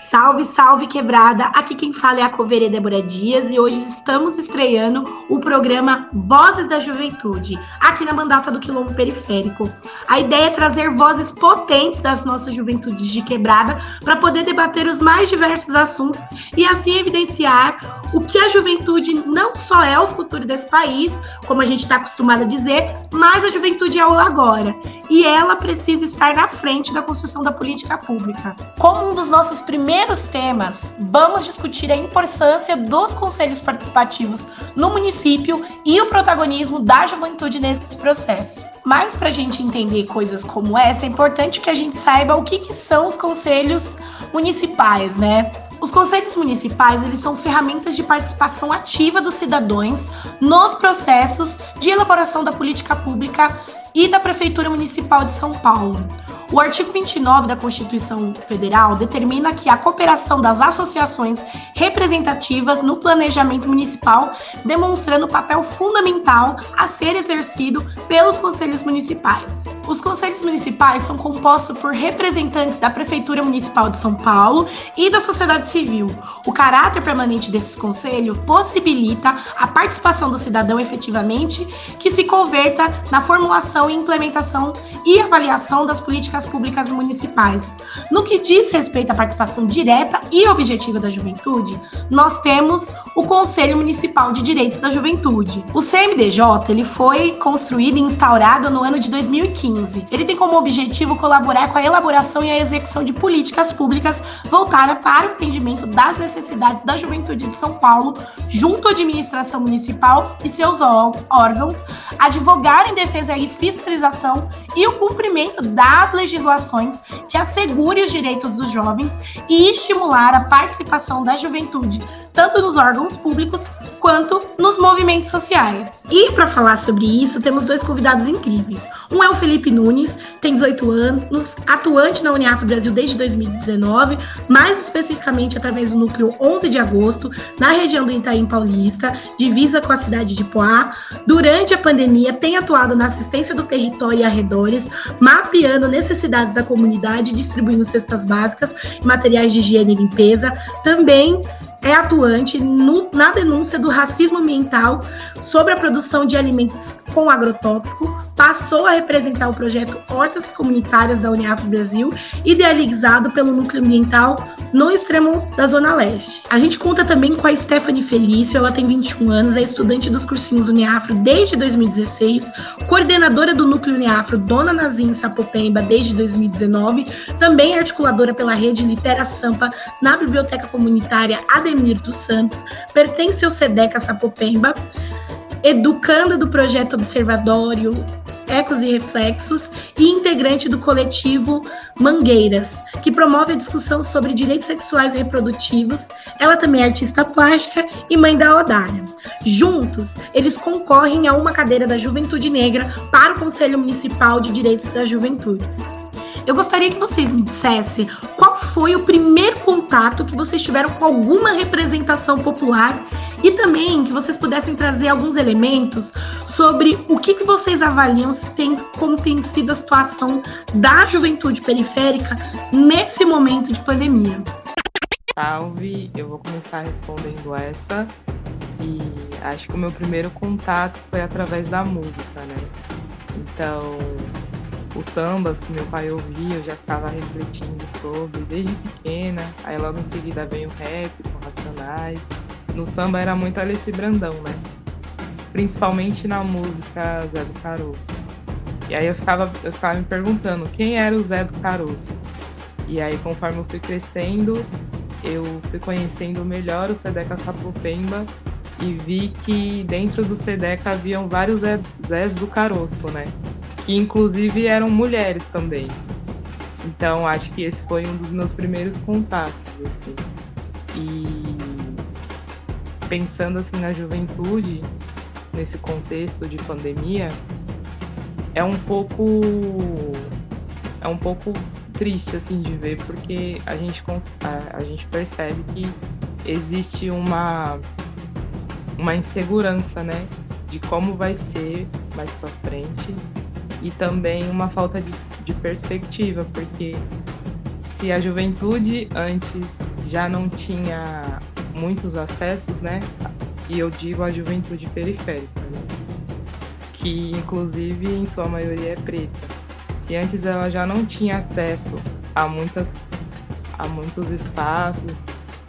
Salve, salve, quebrada! Aqui quem fala é a coveira Débora Dias e hoje estamos estreando o programa Vozes da Juventude, aqui na Mandata do Quilombo Periférico. A ideia é trazer vozes potentes das nossas juventudes de quebrada para poder debater os mais diversos assuntos e assim evidenciar o que a juventude não só é o futuro desse país, como a gente está acostumado a dizer, mas a juventude é o agora. E ela precisa estar na frente da construção da política pública. Como um dos nossos primeiros temas, vamos discutir a importância dos conselhos participativos no município e o protagonismo da juventude nesse processo. Mas para a gente entender coisas como essa, é importante que a gente saiba o que são os conselhos municipais, né? Os conselhos municipais, eles são ferramentas de participação ativa dos cidadãos nos processos de elaboração da política pública e da Prefeitura Municipal de São Paulo. O artigo 29 da Constituição Federal determina que a cooperação das associações representativas no planejamento municipal, demonstrando o papel fundamental a ser exercido pelos conselhos municipais. Os conselhos municipais são compostos por representantes da Prefeitura Municipal de São Paulo e da sociedade civil. O caráter permanente desses conselhos possibilita a participação do cidadão efetivamente, que se converta na formulação e implementação e avaliação das políticas públicas municipais. No que diz respeito à participação direta e objetiva da juventude, nós temos o Conselho Municipal de Direitos da Juventude. O CMDJ ele foi construído e instaurado no ano de 2015. Ele tem como objetivo colaborar com a elaboração e a execução de políticas públicas voltadas para o atendimento das necessidades da juventude de São Paulo, junto à administração municipal e seus órgãos, advogar em defesa e fiscalização e o cumprimento das legislações que assegure os direitos dos jovens e estimular a participação da juventude, tanto nos órgãos públicos quanto nos movimentos sociais. E para falar sobre isso, temos dois convidados incríveis. Um é o Felipe Nunes, tem 18 anos, atuante na Uniafro Brasil desde 2019, mais especificamente através do núcleo 11 de agosto, na região do Itaim Paulista, divisa com a cidade de Poá. Durante a pandemia, tem atuado na assistência do território e arredores, mapeando necessidades da comunidade, distribuindo cestas básicas, materiais de higiene e limpeza. Também é atuante na denúncia do racismo ambiental sobre a produção de alimentos com agrotóxico, passou a representar o projeto Hortas Comunitárias da Uniafro Brasil, idealizado pelo Núcleo Ambiental no extremo da Zona Leste. A gente conta também com a Stephanie Felício, ela tem 21 anos, é estudante dos cursinhos Uniafro desde 2016, coordenadora do Núcleo Uniafro Dona Nazinha em Sapopemba desde 2019, também é articuladora pela rede Litera Sampa na Biblioteca Comunitária Ademir dos Santos, pertence ao SEDECA Sapopemba, educanda do projeto Observatório Ecos e Reflexos e integrante do coletivo Mangueiras, que promove a discussão sobre direitos sexuais e reprodutivos. Ela também é artista plástica e mãe da Odária. Juntos, eles concorrem a uma cadeira da Juventude Negra para o Conselho Municipal de Direitos das Juventudes. Eu gostaria que vocês me dissessem qual foi o primeiro contato que vocês tiveram com alguma representação popular e também que vocês pudessem trazer alguns elementos sobre o que vocês avaliam como tem sido a situação da juventude periférica nesse momento de pandemia. Salve, eu vou começar respondendo essa e acho que o meu primeiro contato foi através da música, né? Então, os sambas que meu pai ouvia, eu já ficava refletindo sobre desde pequena, aí logo em seguida vem o rap com Racionais. No samba era muito Alessi Brandão, né? Principalmente na música Zé do Caroço. E aí eu ficava me perguntando quem era o Zé do Caroço. E aí conforme eu fui crescendo, eu fui conhecendo melhor o SEDECA Sapopemba e vi que dentro do SEDECA haviam vários Zés do Caroço, né? Que inclusive eram mulheres também. Então acho que esse foi um dos meus primeiros contatos, assim. E pensando assim na juventude, nesse contexto de pandemia, é um pouco triste assim de ver, porque a gente percebe que existe uma insegurança, né, de como vai ser mais para frente e também uma falta de perspectiva, porque se a juventude antes já não tinha muitos acessos, né? E eu digo a juventude periférica, né? Que inclusive em sua maioria é preta. Se antes ela já não tinha acesso a muitos espaços,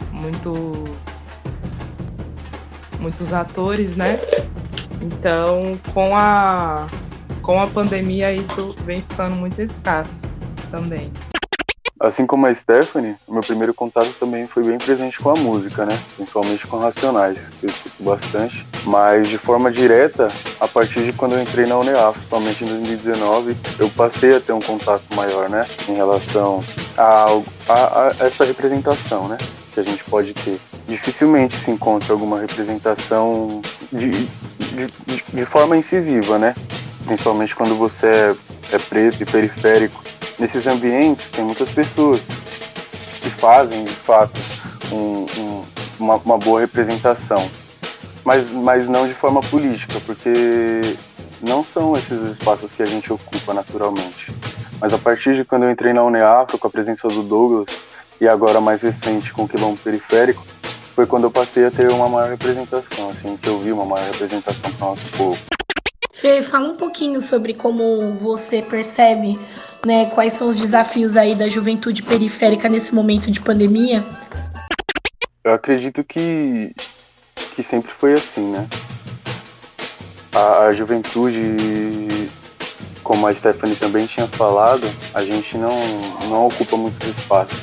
muitos atores, né? Então, com a pandemia, isso vem ficando muito escasso também. Assim como a Stephanie, o meu primeiro contato também foi bem presente com a música, né? Principalmente com Racionais, que eu escuto bastante. Mas de forma direta, a partir de quando eu entrei na UNEAF, somente em 2019, eu passei a ter um contato maior, né? Em relação a essa representação, né? Que a gente pode ter. Dificilmente se encontra alguma representação de forma incisiva, né? Principalmente quando você é preto e periférico. Nesses ambientes tem muitas pessoas que fazem, de fato, uma boa representação, mas não de forma política, porque não são esses espaços que a gente ocupa naturalmente. Mas a partir de quando eu entrei na UNEAF, com a presença do Douglas, e agora mais recente com o Quilombo Periférico, foi quando eu passei a ter uma maior representação, assim, que eu vi uma maior representação para o nosso povo. Fê, fala um pouquinho sobre como você percebe, né, quais são os desafios aí da juventude periférica nesse momento de pandemia. Eu acredito que sempre foi assim, né? A juventude, como a Stephanie também tinha falado, a gente não ocupa muitos espaços.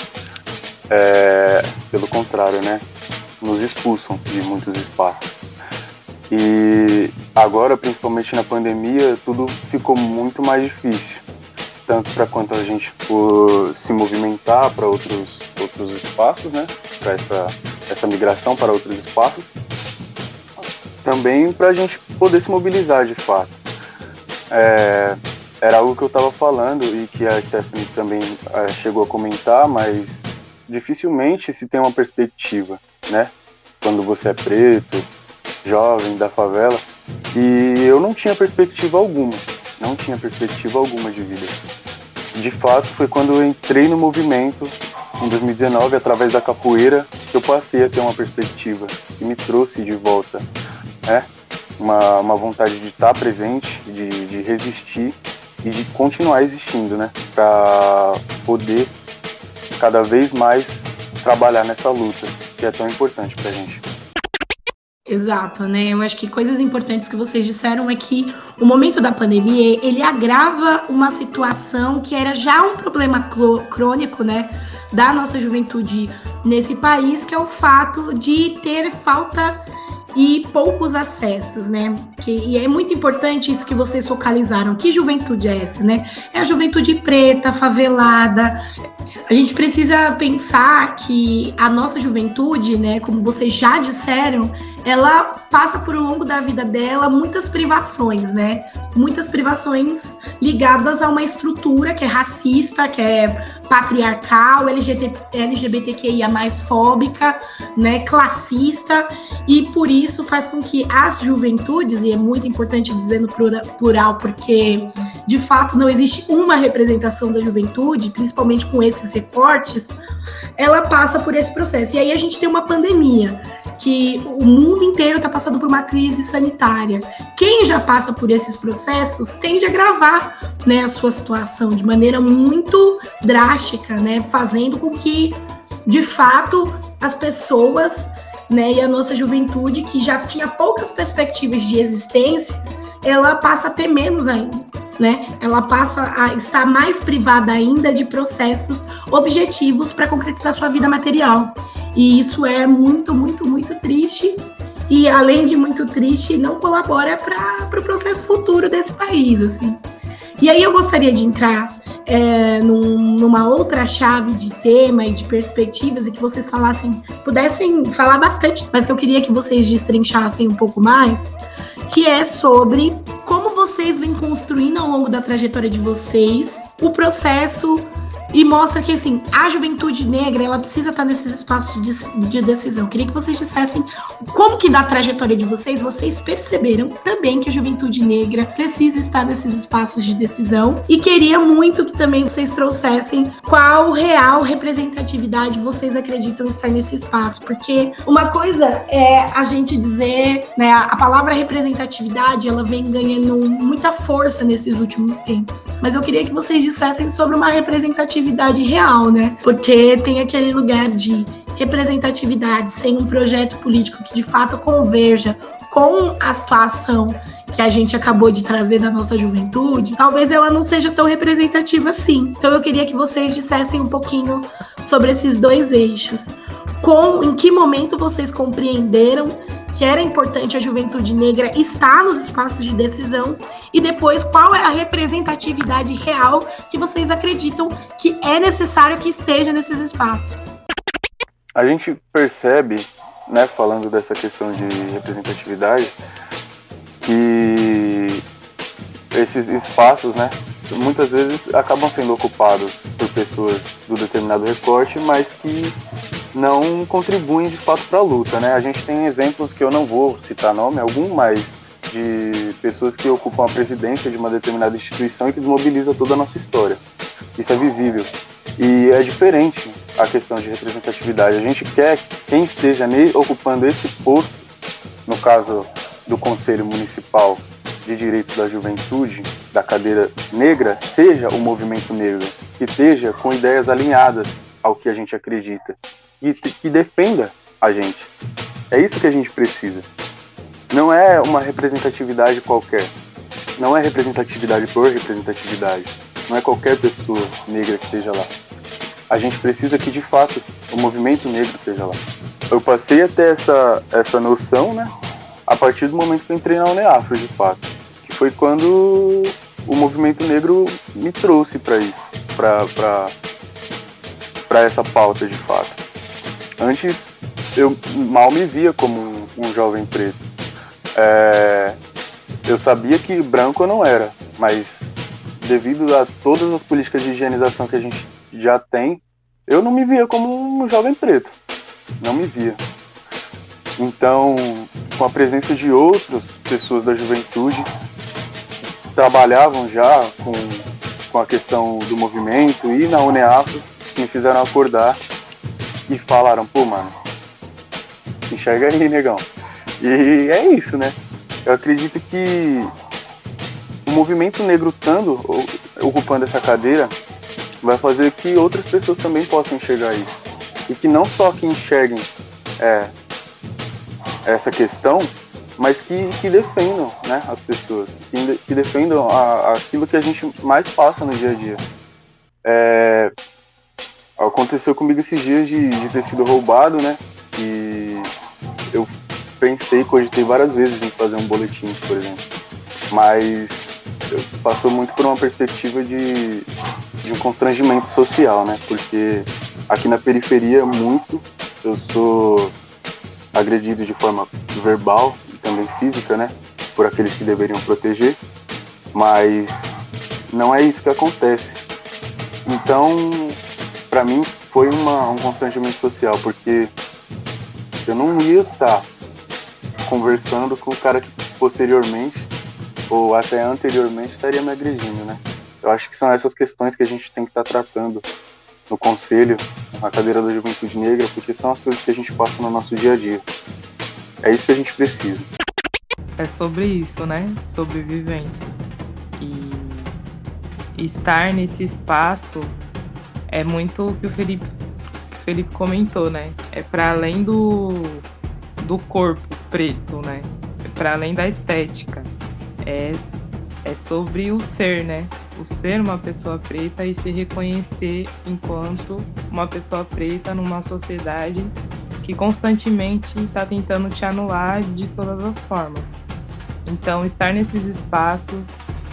Pelo contrário, né? Nos expulsam de muitos espaços. E agora, principalmente na pandemia, tudo ficou muito mais difícil. Tanto para quanto a gente for se movimentar para outros espaços, né? Para essa migração para outros espaços. Também para a gente poder se mobilizar de fato. Era algo que eu estava falando e que a Stephanie também chegou a comentar, mas dificilmente se tem uma perspectiva, né? Quando você é preto, jovem, da favela, e eu não tinha perspectiva alguma de vida. De fato, foi quando eu entrei no movimento, em 2019, através da capoeira, que eu passei a ter uma perspectiva, que me trouxe de volta, né? Uma vontade de estar presente, de resistir e de continuar existindo, né? Para poder cada vez mais trabalhar nessa luta, que é tão importante pra gente. Exato, né? Eu acho que coisas importantes que vocês disseram é que o momento da pandemia, ele agrava uma situação que era já um problema crônico, né, da nossa juventude nesse país, que é o fato de ter falta e poucos acessos, né? E é muito importante isso que vocês focalizaram. Que juventude é essa, né? É a juventude preta, favelada. A gente precisa pensar que a nossa juventude, né, como vocês já disseram, ela passa por ao longo da vida dela muitas privações, né? Muitas privações ligadas a uma estrutura que é racista, que é patriarcal, LGBTQIA+, fóbica, né, classista, e por isso faz com que as juventudes, e é muito importante dizer no plural, porque de fato não existe uma representação da juventude, principalmente com esses recortes, ela passa por esse processo. E aí a gente tem uma pandemia, que o mundo inteiro está passando por uma crise sanitária. Quem já passa por esses processos tende a agravar, né, a sua situação de maneira muito drástica, né, fazendo com que, de fato, as pessoas, né, e a nossa juventude, que já tinha poucas perspectivas de existência, ela passa a ter menos ainda, né? Ela passa a estar mais privada ainda de processos objetivos para concretizar sua vida material. E isso é muito, muito, muito triste. E, além de muito triste, não colabora para o processo futuro desse país, assim. E aí eu gostaria de entrar numa outra chave de tema e de perspectivas, e que vocês pudessem falar bastante, mas que eu queria que vocês destrinchassem um pouco mais, que é sobre como vocês vêm construindo ao longo da trajetória de vocês o processo e mostra que, assim, a juventude negra, ela precisa estar nesses espaços de decisão. Queria que vocês dissessem como que da trajetória de vocês perceberam também que a juventude negra precisa estar nesses espaços de decisão, e queria muito que também vocês trouxessem qual real representatividade vocês acreditam estar nesse espaço, porque uma coisa é a gente dizer, né, a palavra representatividade, ela vem ganhando muita força nesses últimos tempos, mas eu queria que vocês dissessem sobre uma representatividade real, né, porque tem aquele lugar de representatividade sem um projeto político que de fato converja com a situação que a gente acabou de trazer da nossa juventude, talvez ela não seja tão representativa assim. Então eu queria que vocês dissessem um pouquinho sobre esses dois eixos. Em que momento vocês compreenderam que era importante a juventude negra estar nos espaços de decisão, e depois qual é a representatividade real que vocês acreditam que é necessário que esteja nesses espaços. A gente percebe, né, falando dessa questão de representatividade, que esses espaços, né, muitas vezes acabam sendo ocupados por pessoas do determinado recorte, mas que não contribuem de fato para a luta, né? A gente tem exemplos que eu não vou citar nome algum, mas de pessoas que ocupam a presidência de uma determinada instituição e que desmobiliza toda a nossa história. Isso é visível. E é diferente a questão de representatividade. A gente quer que quem esteja ocupando esse posto, no caso do Conselho Municipal de Direitos da Juventude, da cadeira negra, seja o movimento negro, que esteja com ideias alinhadas ao que a gente acredita e que defenda a gente. É isso que a gente precisa. Não é uma representatividade qualquer. Não é representatividade por representatividade. Não é qualquer pessoa negra que esteja lá. A gente precisa que, de fato, o movimento negro esteja lá. Eu passei a ter essa noção, né, a partir do momento que eu entrei na UNEAFRO, de fato. Que foi quando o movimento negro me trouxe para isso, para essa pauta, de fato. Antes, eu mal me via como um jovem preto. Eu sabia que branco eu não era, mas devido a todas as políticas de higienização que a gente já tem, eu não me via como um jovem preto. Não me via. Então, com a presença de outras pessoas da juventude que trabalhavam já com a questão do movimento e na UNEAFRO, que me fizeram acordar e falaram, pô, mano, enxerga aí, negão. E é isso, né? Eu acredito que o movimento negro estando ocupando essa cadeira vai fazer que outras pessoas também possam enxergar isso. E que não só que enxerguem essa questão, mas que defendam, né, as pessoas, que defendam aquilo que a gente mais passa no dia a dia. Aconteceu comigo esses dias de ter sido roubado, né, e eu cogitei várias vezes em fazer um boletim, por exemplo, mas passou muito por uma perspectiva de um constrangimento social, né, porque aqui na periferia eu sou agredido de forma verbal e também física, né, por aqueles que deveriam proteger, mas não é isso que acontece. Então, para mim, foi um constrangimento social, porque eu não ia estar conversando com o cara que posteriormente, ou até anteriormente, estaria me agredindo, né. Eu acho que são essas questões que a gente tem que estar tratando no conselho, na cadeira da juventude negra, porque são as coisas que a gente passa no nosso dia a dia. É isso que a gente precisa. É sobre isso, né? Sobre vivência. E estar nesse espaço é muito o que o Felipe comentou, né? É para além do corpo preto, né? É para além da estética. É sobre o ser, né? O ser uma pessoa preta e se reconhecer enquanto uma pessoa preta numa sociedade que constantemente está tentando te anular de todas as formas. Então, estar nesses espaços,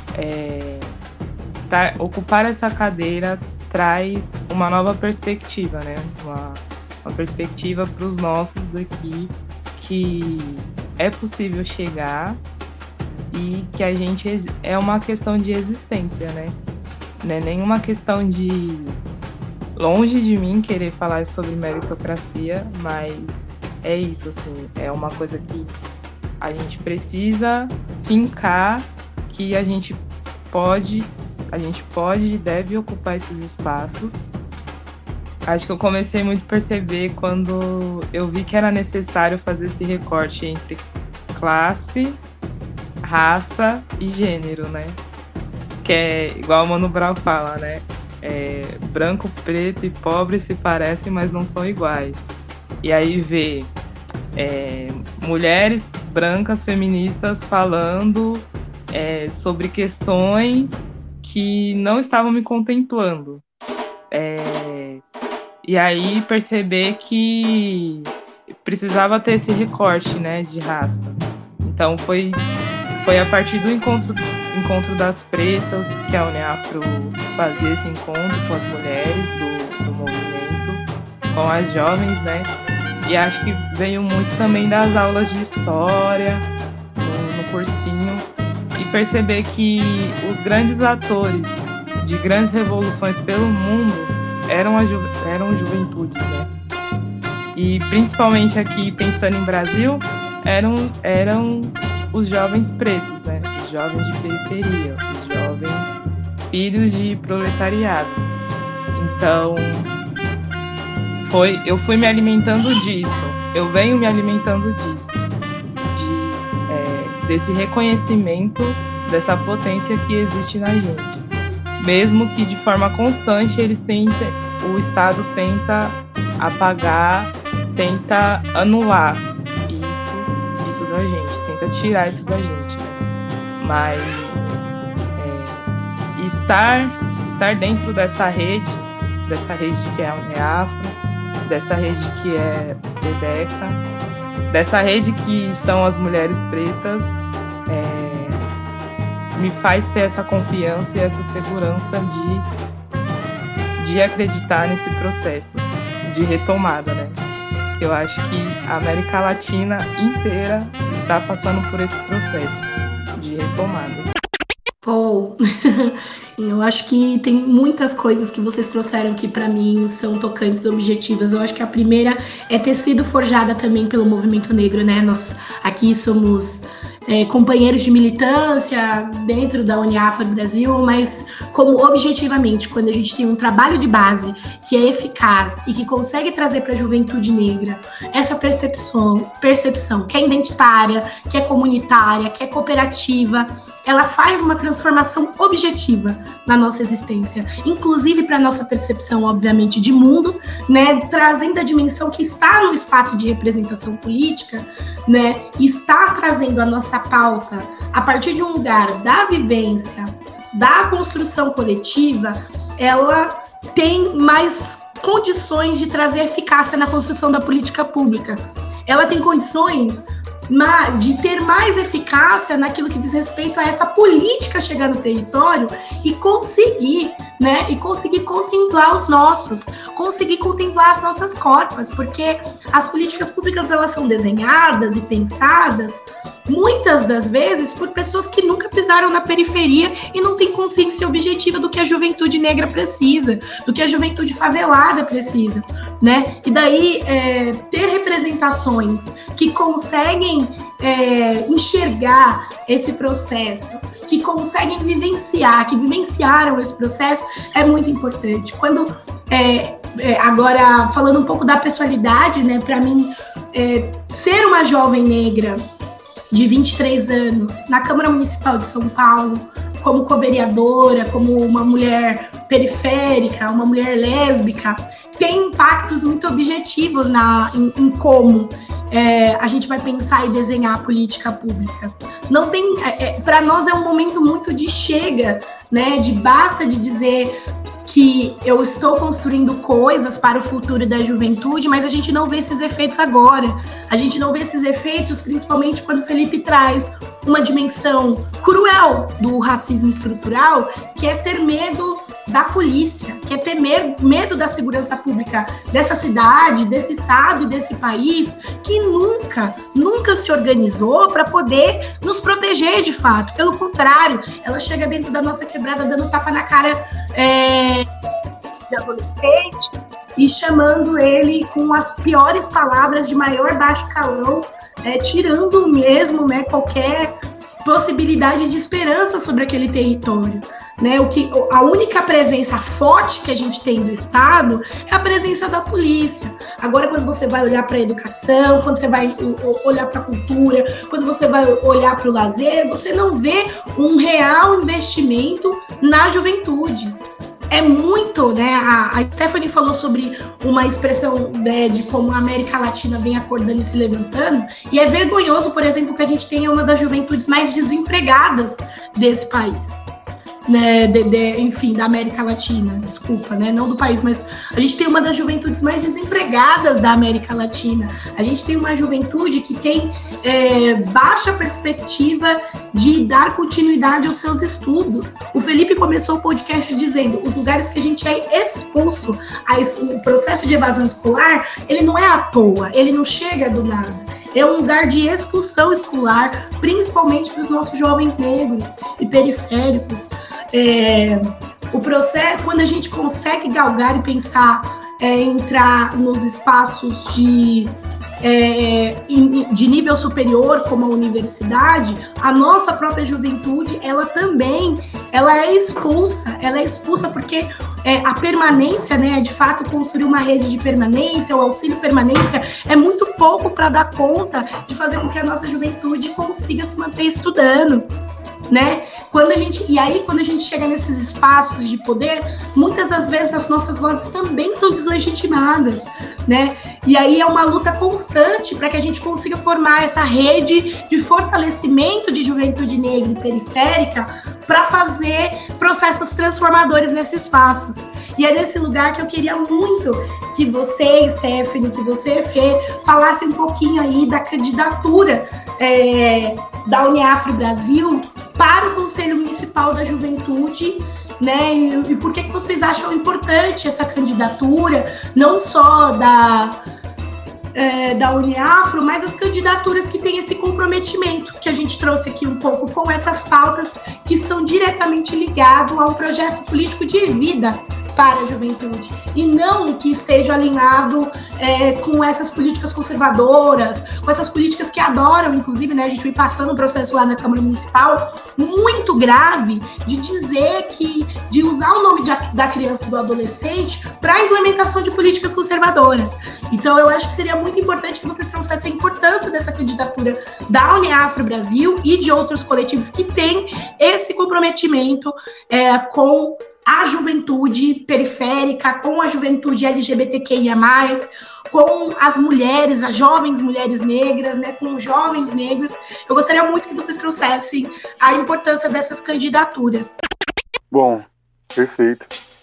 ocupar essa cadeira traz uma nova perspectiva, né? Uma perspectiva para os nossos daqui, que é possível chegar e que a gente é uma questão de existência, né? Não é nenhuma questão de longe de mim querer falar sobre meritocracia, mas é isso, assim, é uma coisa que a gente precisa fincar, que a gente pode e deve ocupar esses espaços. Acho que eu comecei muito a perceber quando eu vi que era necessário fazer esse recorte entre classe, raça e gênero, né? Que é igual o Mano Brown fala, né? Branco, preto e pobre se parecem, mas não são iguais. E aí vê mulheres brancas feministas falando sobre questões que não estavam me contemplando. E aí perceber que precisava ter esse recorte, né, de raça. Então foi a partir do encontro das pretas que a Uniafro fazia esse encontro com as mulheres do movimento, com as jovens, né? E acho que veio muito também das aulas de história, no cursinho, e perceber que os grandes atores de grandes revoluções pelo mundo eram juventudes, né? E principalmente aqui, pensando em Brasil, eram os jovens pretos, né? Os jovens de periferia, os jovens filhos de proletariados. Então, eu fui me alimentando disso, eu venho me alimentando disso, desse reconhecimento dessa potência que existe na gente. Mesmo que de forma constante o Estado tenta apagar, tenta anular isso da gente, tenta tirar isso da gente, né? Mas estar dentro dessa rede que é a Uniafro, dessa rede que é o SEDECA, dessa rede que são as mulheres pretas, me faz ter essa confiança e essa segurança de acreditar nesse processo de retomada, né? Eu acho que a América Latina inteira está passando por esse processo de retomada. Pô, eu acho que tem muitas coisas que vocês trouxeram que para mim são tocantes, objetivas. Eu acho que a primeira é ter sido forjada também pelo movimento negro, né? Nós aqui somos companheiros de militância dentro da Uniafro Brasil, mas como objetivamente, quando a gente tem um trabalho de base que é eficaz e que consegue trazer para a juventude negra essa percepção que é identitária, que é comunitária, que é cooperativa, ela faz uma transformação objetiva na nossa existência, inclusive para a nossa percepção, obviamente, de mundo, né, trazendo a dimensão que está no espaço de representação política, né, está trazendo a nossa pauta a partir de um lugar da vivência, da construção coletiva, ela tem mais condições de trazer eficácia na construção da política pública. Ela tem condições de ter mais eficácia naquilo que diz respeito a essa política chegar no território e conseguir, né, contemplar os nossos, conseguir contemplar as nossas corpas, porque as políticas públicas elas são desenhadas e pensadas muitas das vezes por pessoas que nunca pisaram na periferia e não têm consciência objetiva do que a juventude negra precisa, do que a juventude favelada precisa, né? E daí ter representações que conseguem enxergar esse processo, que conseguem vivenciar, que vivenciaram esse processo, é muito importante. Quando agora falando um pouco da pessoalidade, né? Para mim, ser uma jovem negra de 23 anos, na Câmara Municipal de São Paulo, como co-vereadora, como uma mulher periférica, uma mulher lésbica, tem impactos muito objetivos em como a gente vai pensar e desenhar a política pública. Não tem, para nós é um momento muito de chega, né? De basta de dizer que eu estou construindo coisas para o futuro da juventude, mas a gente não vê esses efeitos agora. A gente não vê esses efeitos, principalmente quando o Felipe traz uma dimensão cruel do racismo estrutural, que é ter medo da polícia, que é ter medo da segurança pública dessa cidade, desse estado e desse país, que nunca se organizou para poder nos proteger de fato. Pelo contrário, ela chega dentro da nossa quebrada dando tapa na cara de adolescente e chamando ele com as piores palavras de maior baixo calão, tirando mesmo, né, qualquer possibilidade de esperança sobre aquele território. Né, a única presença forte que a gente tem do Estado é a presença da polícia. Agora, quando você vai olhar para a educação, quando você vai olhar para a cultura, quando você vai olhar para o lazer, você não vê um real investimento na juventude. É muito, né? A Stephanie falou sobre uma expressão, né, de como a América Latina vem acordando e se levantando, e é vergonhoso, por exemplo, que a gente tenha uma das juventudes mais desempregadas desse país. Né, enfim, da América Latina, desculpa, né, não do país, mas a gente tem uma das juventudes mais desempregadas da América Latina. A gente tem uma juventude que tem baixa perspectiva de dar continuidade aos seus estudos. O Felipe começou o podcast dizendo, os lugares que a gente é expulso, o processo de evasão escolar, ele não é à toa, ele não chega do nada. É um lugar de expulsão escolar, principalmente para os nossos jovens negros e periféricos. O processo, quando a gente consegue galgar e pensar, entrar nos espaços de nível superior, como a universidade, a nossa própria juventude, ela também é expulsa porque a permanência, né, de fato construir uma rede de permanência, o auxílio permanência é muito pouco para dar conta de fazer com que a nossa juventude consiga se manter estudando, né? Quando a gente chega nesses espaços de poder, muitas das vezes as nossas vozes também são deslegitimadas, né? E aí é uma luta constante para que a gente consiga formar essa rede de fortalecimento de juventude negra e periférica para fazer processos transformadores nesses espaços. E é nesse lugar que eu queria muito que você, Stephanie, que você, Fê, falasse um pouquinho aí da candidatura da Uniafro Brasil para o Conselho Municipal da Juventude, né? E por que vocês acham importante essa candidatura, não só da Uniafro, mas as candidaturas que têm esse comprometimento que a gente trouxe aqui um pouco com essas pautas que estão diretamente ligadas a um projeto político de vida para a juventude, e não que esteja alinhado com essas políticas conservadoras, com essas políticas que adoram, inclusive, né, a gente foi passando um processo lá na Câmara Municipal muito grave de usar o nome da criança e do adolescente para a implementação de políticas conservadoras. Então, eu acho que seria muito importante que vocês trouxessem a importância dessa candidatura da Uniafro Brasil e de outros coletivos que têm esse comprometimento com a juventude periférica, com a juventude LGBTQIA+, com as mulheres, as jovens mulheres negras, né, com os jovens negros. Eu gostaria muito que vocês trouxessem a importância dessas candidaturas. Bom, perfeito.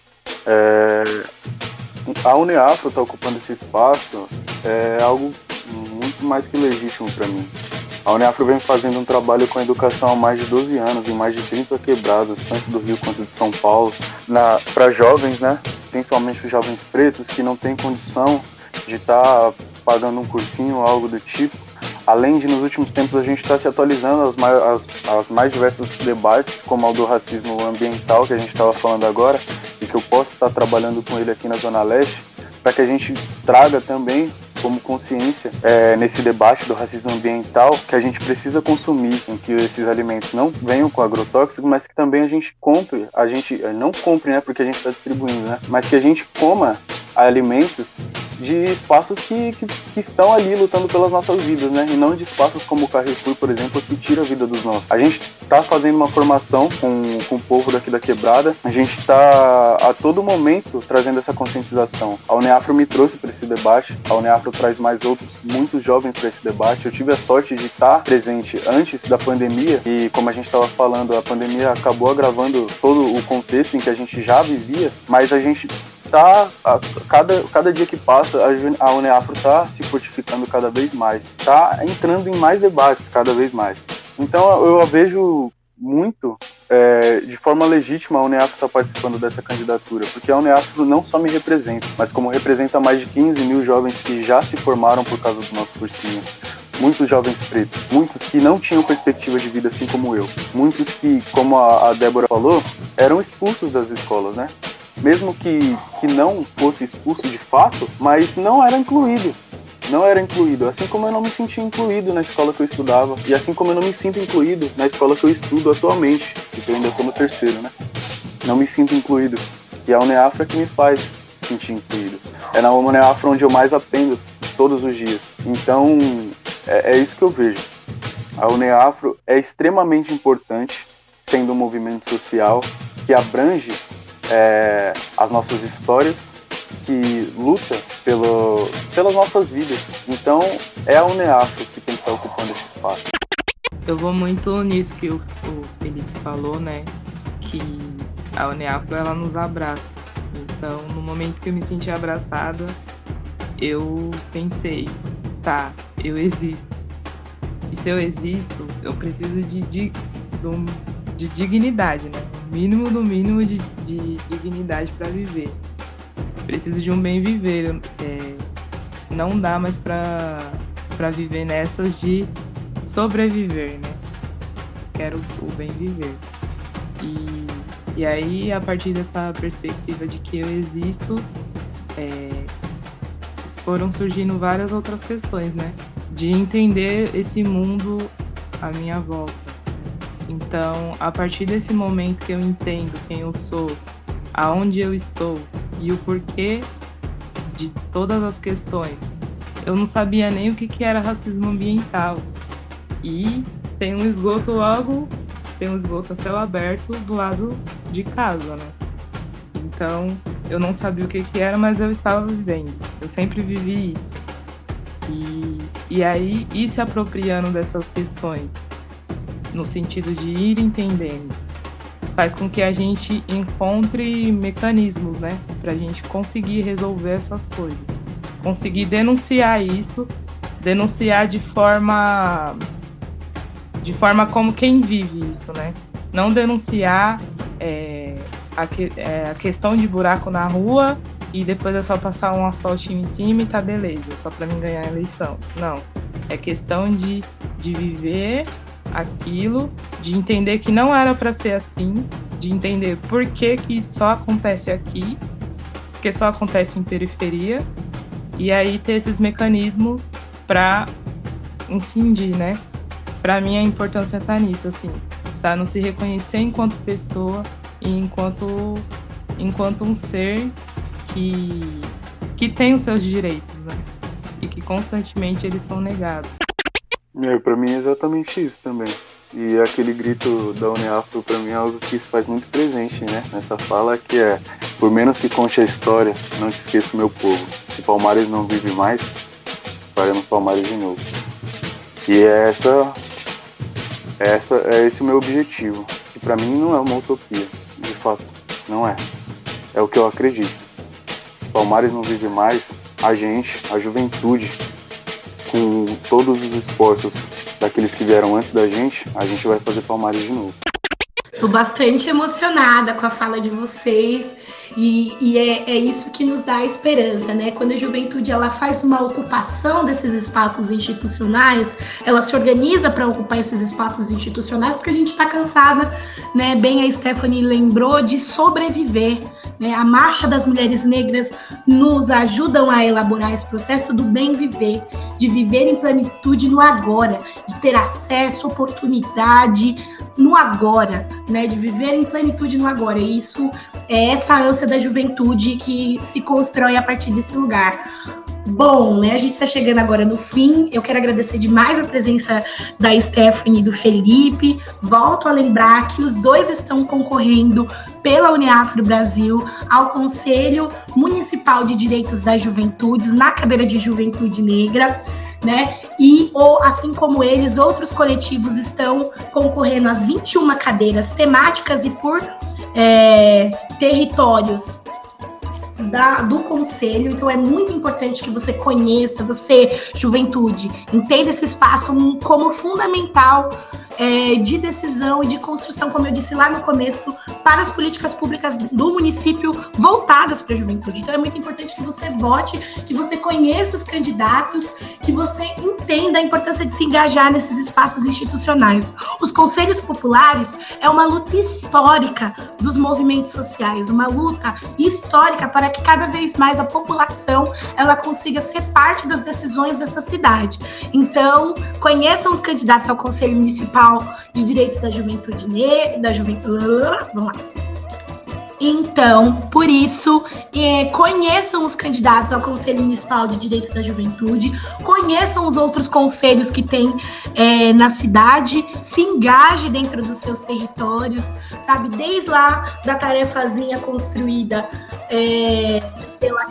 A Uniafro está ocupando esse espaço é algo muito mais que legítimo para mim. A Uniafro vem fazendo um trabalho com a educação há mais de 12 anos, em mais de 30 quebradas, tanto do Rio quanto de São Paulo, para jovens, né, principalmente os jovens pretos, que não têm condição de estar pagando um cursinho ou algo do tipo. Além de, nos últimos tempos, a gente está se atualizando aos mais diversos debates, como o do racismo ambiental, que a gente estava falando agora, e que eu posso estar trabalhando com ele aqui na Zona Leste, para que a gente traga também como consciência nesse debate do racismo ambiental, que a gente precisa consumir, em que esses alimentos não venham com agrotóxico, mas que também a gente compre, não compre, né, porque a gente está distribuindo, né, mas que a gente coma alimentos de espaços que estão ali lutando pelas nossas vidas, né, e não de espaços como o Carrefour, por exemplo, que tira a vida dos nossos. A gente está fazendo uma formação com o povo daqui da Quebrada, a gente está a todo momento trazendo essa conscientização. A Uniafro me trouxe para esse debate, a Uniafro traz mais muitos jovens para esse debate. Eu tive a sorte de estar presente antes da pandemia e, como a gente estava falando, a pandemia acabou agravando todo o contexto em que a gente já vivia, mas a gente cada dia que passa, a Uniafro está se fortificando cada vez mais, está entrando em mais debates cada vez mais. Então eu vejo muito, de forma legítima, a Uniafro está participando dessa candidatura, porque a Uniafro não só me representa, mas como representa mais de 15 mil jovens que já se formaram por causa do nosso cursinho. Muitos jovens pretos, muitos que não tinham perspectiva de vida assim como eu, muitos que, como a Débora falou, eram expulsos das escolas, né? mesmo que não fosse expulso de fato, mas não era incluído. Não era incluído, assim como eu não me sentia incluído na escola que eu estudava, e assim como eu não me sinto incluído na escola que eu estudo atualmente, porque eu ainda estou no terceiro, né? Não me sinto incluído. E a UNEAFRO é que me faz sentir incluído. É na UNEAFRO onde eu mais aprendo todos os dias. Então, é isso que eu vejo. A UNEAFRO é extremamente importante, sendo um movimento social que abrange as nossas histórias, que luta pelas nossas vidas. Então, é a UNEAFRO que tem que estar ocupando esse espaço. Eu vou muito nisso que o Felipe falou, né? Que a UNEAFRO, ela nos abraça. Então, no momento que eu me senti abraçada, eu pensei, tá, eu existo. E se eu existo, eu preciso de dignidade, né? O mínimo do mínimo de dignidade para viver. Preciso de um bem viver. Não dá mais para viver nessas de sobreviver, né? Quero o bem viver. E aí, a partir dessa perspectiva de que eu existo, foram surgindo várias outras questões, né? De entender esse mundo à minha volta. Então, a partir desse momento que eu entendo quem eu sou, aonde eu estou e o porquê de todas as questões, eu não sabia nem o que era racismo ambiental. E tem um esgoto a céu aberto do lado de casa, né? Então, eu não sabia o que era, mas eu estava vivendo. Eu sempre vivi isso. E aí, ir se apropriando dessas questões, no sentido de ir entendendo, faz com que a gente encontre mecanismos, né? Pra gente conseguir resolver essas coisas. Conseguir denunciar isso, denunciar de forma como quem vive isso, né? Não denunciar a questão de buraco na rua e depois é só passar um asfaltinho em cima e tá beleza, só pra mim ganhar a eleição. Não, é questão de viver aquilo, de entender que não era para ser assim, de entender por que só acontece aqui, porque só acontece em periferia, e aí ter esses mecanismos para incidir, né? Para mim a importância tá nisso, assim, tá no se reconhecer enquanto pessoa e enquanto um ser que tem os seus direitos, né? E que constantemente eles são negados. Para mim é exatamente isso também. E aquele grito da UNEAFRO para mim é algo que se faz muito presente, né? Nessa fala que é: por menos que conte a história, não te esqueça o meu povo. Se Palmares não vive mais, faremos Palmares de novo. E é esse o meu objetivo. Que para mim não é uma utopia, de fato, não é. É o que eu acredito. Se Palmares não vive mais, a gente, a juventude, com todos os esforços daqueles que vieram antes da gente, a gente vai fazer Palmares de novo. Estou bastante emocionada com a fala de vocês e é isso que nos dá esperança, né? Quando a juventude ela faz uma ocupação desses espaços institucionais, ela se organiza para ocupar esses espaços institucionais porque a gente está cansada, né? Bem, a Stephanie lembrou de sobreviver, né? A Marcha das Mulheres Negras nos ajudam a elaborar esse processo do bem viver, de viver em plenitude no agora, de ter acesso, oportunidade no agora, né, de viver em plenitude no agora. E isso é essa ânsia da juventude que se constrói a partir desse lugar. Bom, né, a gente está chegando agora no fim. Eu quero agradecer demais a presença da Stephanie e do Felipe. Volto a lembrar que os dois estão concorrendo pela UNEAFRO Brasil ao Conselho Municipal de Direitos das Juventudes na cadeira de Juventude Negra, né? E, assim como eles, outros coletivos estão concorrendo às 21 cadeiras temáticas e por territórios do Conselho. Então é muito importante que você conheça, você, juventude, entenda esse espaço como fundamental de decisão e de construção, como eu disse lá no começo, para as políticas públicas do município voltadas para a juventude. Então é muito importante que você vote, que você conheça os candidatos, que você entenda a importância de se engajar nesses espaços institucionais. Os conselhos populares é uma luta histórica dos movimentos sociais, uma luta histórica para que cada vez mais a população ela consiga ser parte das decisões dessa cidade. Então, conheçam os candidatos ao Conselho Municipal de Direitos da Juventude vamos lá. Então, por isso, conheçam os candidatos ao Conselho Municipal de Direitos da Juventude, conheçam os outros conselhos que tem na cidade, se engaje dentro dos seus territórios, sabe? Desde lá da tarefazinha construída pela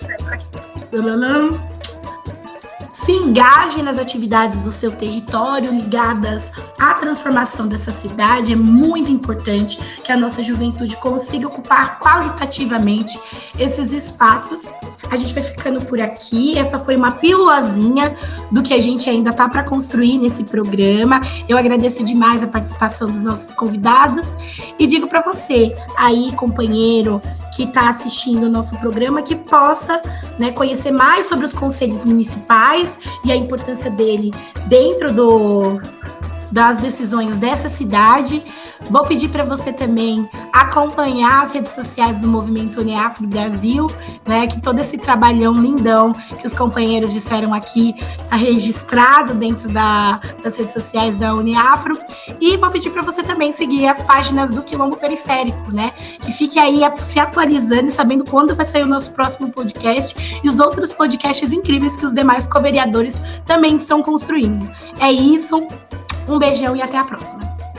se engaje nas atividades do seu território ligadas à transformação dessa cidade. É muito importante que a nossa juventude consiga ocupar qualitativamente esses espaços. A gente vai ficando por aqui. Essa foi uma pílulazinha do que a gente ainda tá para construir nesse programa. Eu agradeço demais a participação dos nossos convidados e digo para você aí, companheiro, que está assistindo o nosso programa, que possa, né, conhecer mais sobre os conselhos municipais e a importância dele dentro das decisões dessa cidade. Vou pedir para você também acompanhar as redes sociais do Movimento UniAfro Brasil, né, que todo esse trabalhão lindão que os companheiros disseram aqui está registrado dentro das redes sociais da UniAfro. E vou pedir para você também seguir as páginas do Quilombo Periférico, né, que fique aí se atualizando e sabendo quando vai sair o nosso próximo podcast e os outros podcasts incríveis que os demais co-vereadores também estão construindo. É isso, um beijão e até a próxima.